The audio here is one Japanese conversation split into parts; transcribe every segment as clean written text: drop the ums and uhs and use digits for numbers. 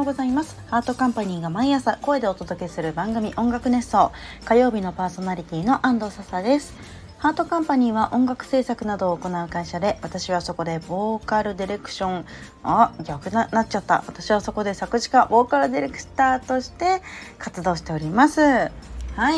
うございます。ハートカンパニーが毎朝声でお届けする番組音楽熱奏、火曜日のパーソナリティの安藤笹です。ハートカンパニーは音楽制作などを行う会社で、私はそこでボーカルディレクション逆なっちゃった私はそこで作詞家ボーカルディレクターとして活動しております。はい、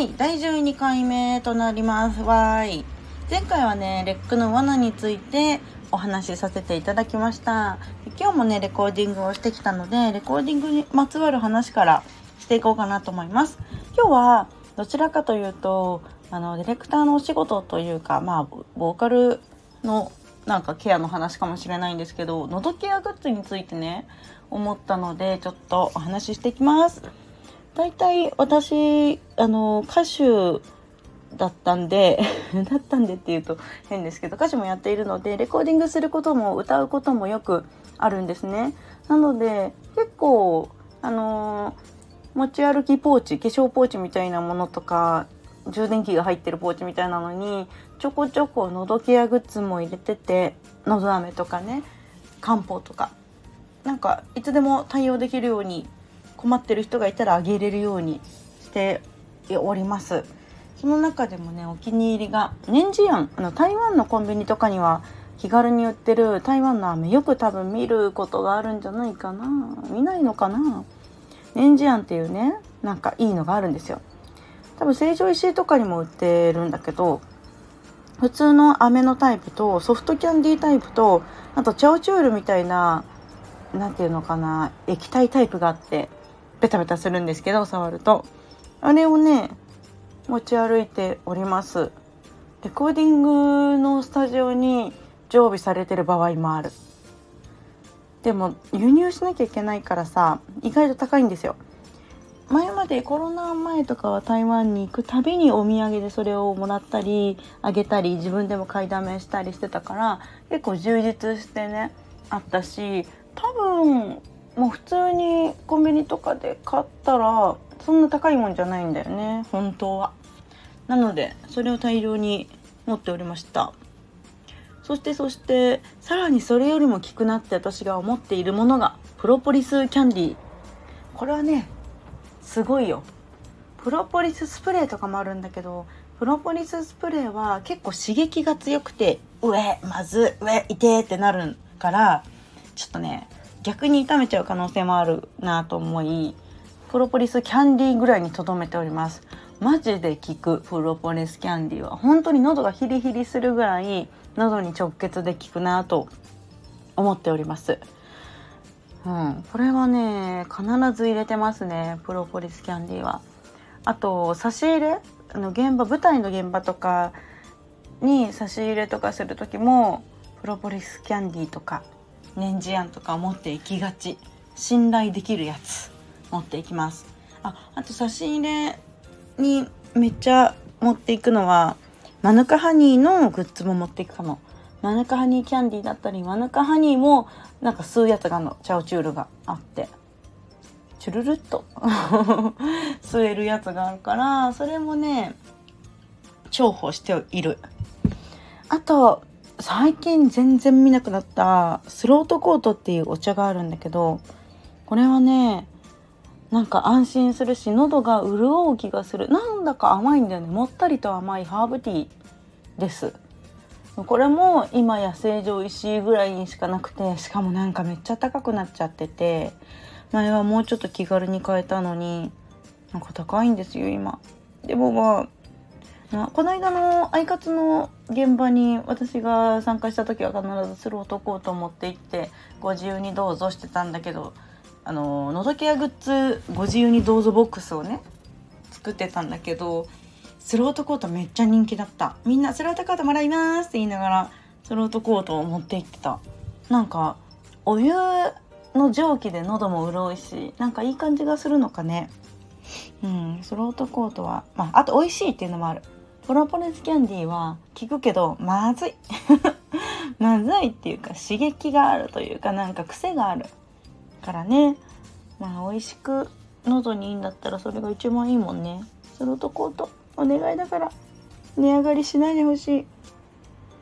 第12回目となります。前回はね、レックの罠についてお話しさせていただきました。今日もね、レコーディングをしてきたので、レコーディングにまつわる話からしていこうかなと思います。今日はどちらかというとディレクターのお仕事というか、ボーカルのケアの話かもしれないんですけど、喉ケアグッズについてね思ったので、ちょっとお話ししていきます。だいたい私歌手だったんでっていうと変ですけど、歌手もやっているので、レコーディングすることも歌うこともよくあるんですね。なので結構持ち歩きポーチ、化粧ポーチみたいなものとか、充電器が入ってるポーチみたいなのにちょこちょこ喉ケアグッズも入れてて、喉飴とかね、漢方とかいつでも対応できるように、困ってる人がいたらあげれるようにしております。その中でもね、お気に入りが年次庵、台湾のコンビニとかには気軽に売ってる台湾の飴、よく多分見ることがあるんじゃないかな、見ないのかな。年次庵っていうね、いいのがあるんですよ。多分成城石井とかにも売ってるんだけど、普通の飴のタイプとソフトキャンディータイプと、あとチャオチュールみたいな液体タイプがあって、ベタベタするんですけど、触るとあれをね持ち歩いております。レコーディングのスタジオに常備されてる場合もある。でも輸入しなきゃいけないからさ、意外と高いんですよ。前までコロナ前とかは台湾に行くたびにお土産でそれをもらったりあげたり、自分でも買いだめしたりしてたから、結構充実してねあったし、多分もう普通にコンビニとかで買ったらそんな高いもんじゃないんだよね、本当は。なのでそれを大量に持っておりました。そしてさらにそれよりも効くなって私が思っているものがプロポリスキャンディー。これはねすごいよ。プロポリススプレーとかもあるんだけど、プロポリススプレーは結構刺激が強くて、まず痛えってなるから、ちょっとね逆に痛めちゃう可能性もあるなと思い、プロポリスキャンディーぐらいに留めております。マジで効く。プロポリスキャンディーは本当に喉がヒリヒリするぐらい喉に直結で効くなと思っております。これはね必ず入れてますね、プロポリスキャンディーは。あと差し入れ、舞台の現場とかに差し入れとかする時もプロポリスキャンディーとか年次庵とか持っていきがち。信頼できるやつ持っていきます。あと差し入れにめっちゃ持っていくのはマヌカハニーのグッズも持っていくかも。マヌカハニーキャンディーだったり、マヌカハニーも吸うやつがチャオチュールがあって、チュルルっと吸えるやつがあるから、それもね重宝している。あと最近全然見なくなったスロートコートっていうお茶があるんだけど、これはね安心するし、喉が潤う気がする。なんだか甘いんだよね。もったりと甘いハーブティーです。これも今や成城石井ぐらいにしかなくて、しかもめっちゃ高くなっちゃってて、前はもうちょっと気軽に買えたのに高いんですよ今。でもこの間のアイカツの現場に私が参加した時は必ずスロートコートを持って行ってご自由にどうぞしてたんだけど、喉ケアグッズご自由にどうぞボックスをね作ってたんだけど、スロートコートめっちゃ人気だった。みんなスロートコートもらいますって言いながらスロートコートを持って行ってた。お湯の蒸気で喉も潤いし、いい感じがするのかね。スロートコートはあと美味しいっていうのもある。プロポリスキャンディーは効くけどまずいまずいっていうか、刺激があるというか、癖があるからね。美味しく喉にいいんだったらそれが一番いいもんね。スロートコートお願いだから値上がりしないでほしい。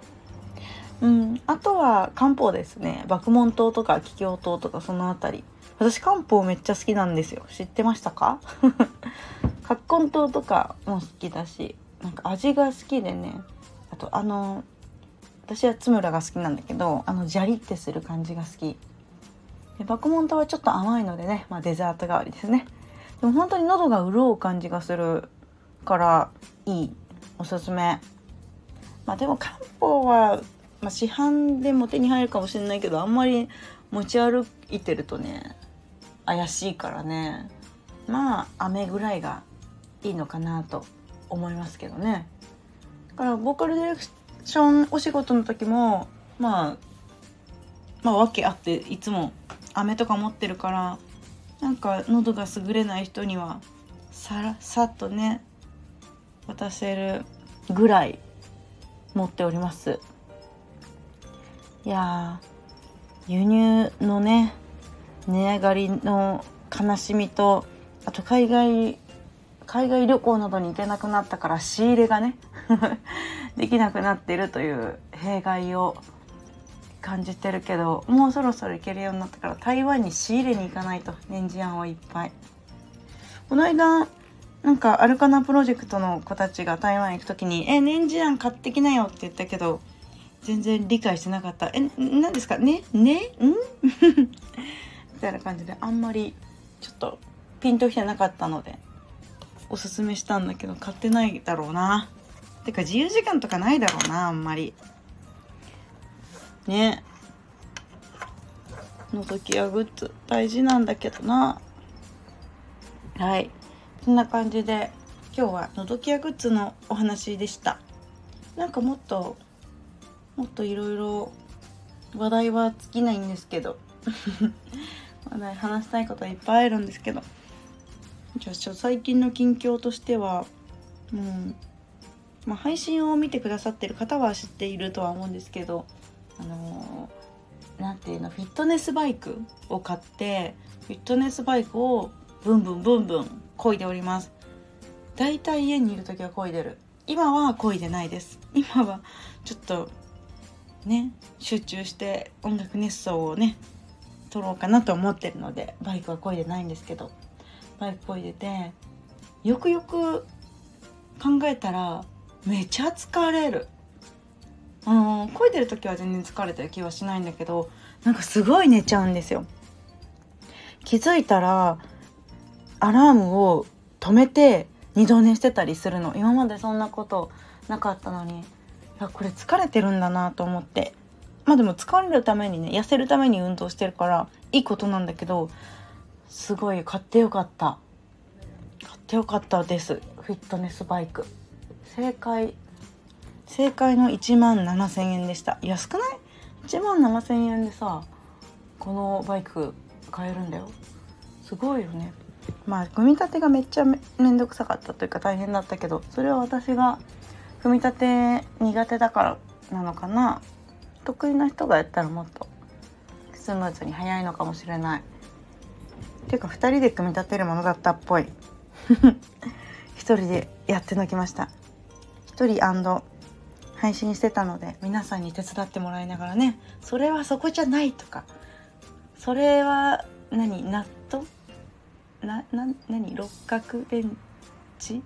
あとは漢方ですね。麦門湯とか気胸湯とかそのあたり私漢方めっちゃ好きなんですよ。知ってましたか？葛根湯とかも好きだし、なんか味が好きでね。あと私は津村が好きなんだけど、ジャリってする感じが好きで、麦門湯はちょっと甘いのでね、デザート代わりですね。でも本当に喉が潤う感じがするからいい、おすすめ。でも漢方は、市販でも手に入るかもしれないけど、あんまり持ち歩いてるとね怪しいからね、飴ぐらいがいいのかなと思いますけどね。だからボーカルディレクションお仕事の時も訳あっていつも飴とか持ってるから、なんか喉が優れない人にはさっとね渡せるぐらい持っております。いや輸入のね値上がりの悲しみと、あと海外旅行などに行けなくなったから仕入れがねできなくなっているという弊害を感じてるけど、もうそろそろ行けるようになったから台湾に仕入れに行かないと。年次案をいっぱい。この間なんかアルカナプロジェクトの子たちが台湾行くときに年次案買ってきなよって言ったけど、全然理解してなかった。何ですかねみたいな感じで、あんまりちょっとピンときてなかったのでおすすめしたんだけど、買ってないだろうな。てか自由時間とかないだろうな、あんまりね。のぞきやグッズ大事なんだけどな。はい、そんな感じで今日はのどきやグッズのお話でした。なんかもっといろいろ話題は尽きないんですけど話題話したいことはいっぱいあるんですけど、じゃあ最近の近況としては、配信を見てくださってる方は知っているとは思うんですけど、なんていうの、フィットネスバイクを買って、フィットネスバイクをブンブン漕いでおります。だいたい家にいるときは漕いでる。今は漕いでないです。今はちょっとね集中して音楽熱奏をね撮ろうかなと思ってるので、バイクは漕いでないんですけど、バイク漕いでて、よくよく考えたらめちゃ疲れる。漕いでる時は全然疲れてる気はしないんだけど、なんかすごい寝ちゃうんですよ。気づいたらアラームを止めて二度寝してたりするの。今までそんなことなかったのに、いやこれ疲れてるんだなと思って。でも疲れるためにね、痩せるために運動してるからいいことなんだけど、すごい買ってよかったです。フィットネスバイク正解の17,000円でした。安くない？ 17,000 円でさこのバイク買えるんだよ。すごいよね。組み立てがめっちゃめんどくさかったというか大変だったけど、それは私が組み立て苦手だからなのかな。得意な人がやったらもっとスムーズに早いのかもしれない。っていうか2人で組み立てるものだったっぽい一人でやってのきました。一人配信してたので、皆さんに手伝ってもらいながらね、それはそこじゃないとか、それはナット六角レンジ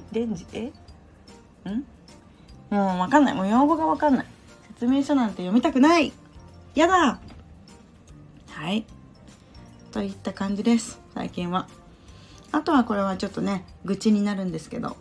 もうわかんない。もう用語がわかんない。説明書なんて読みたくない。やだ。はいといった感じです、最近は。あとはこれはちょっとね愚痴になるんですけど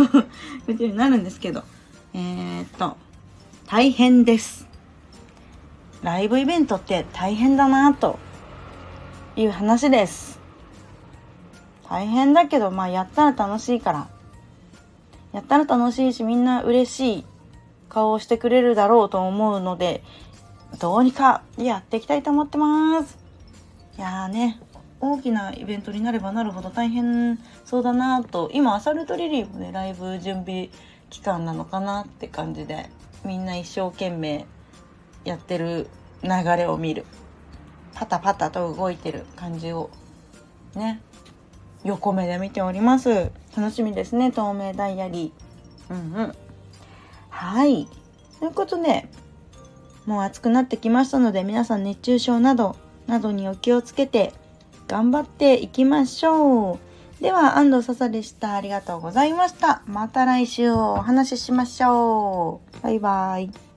大変です。ライブイベントって大変だなという話です。大変だけどやったら楽しいから、やったら楽しいし、みんな嬉しい顔をしてくれるだろうと思うので、どうにかやっていきたいと思ってます。いやーね、大きなイベントになればなるほど大変そうだなと。今アサルトリリーもねライブ準備期間なのかなって感じで、みんな一生懸命やってる流れを見る。パタパタと動いてる感じをね横目で見ております。楽しみですね、透明ダイアリー。はい、ということでもう暑くなってきましたので、皆さん熱中症などにお気をつけて頑張っていきましょう。では安藤笹でした。ありがとうございました。また来週お話ししましょう。バイバイ。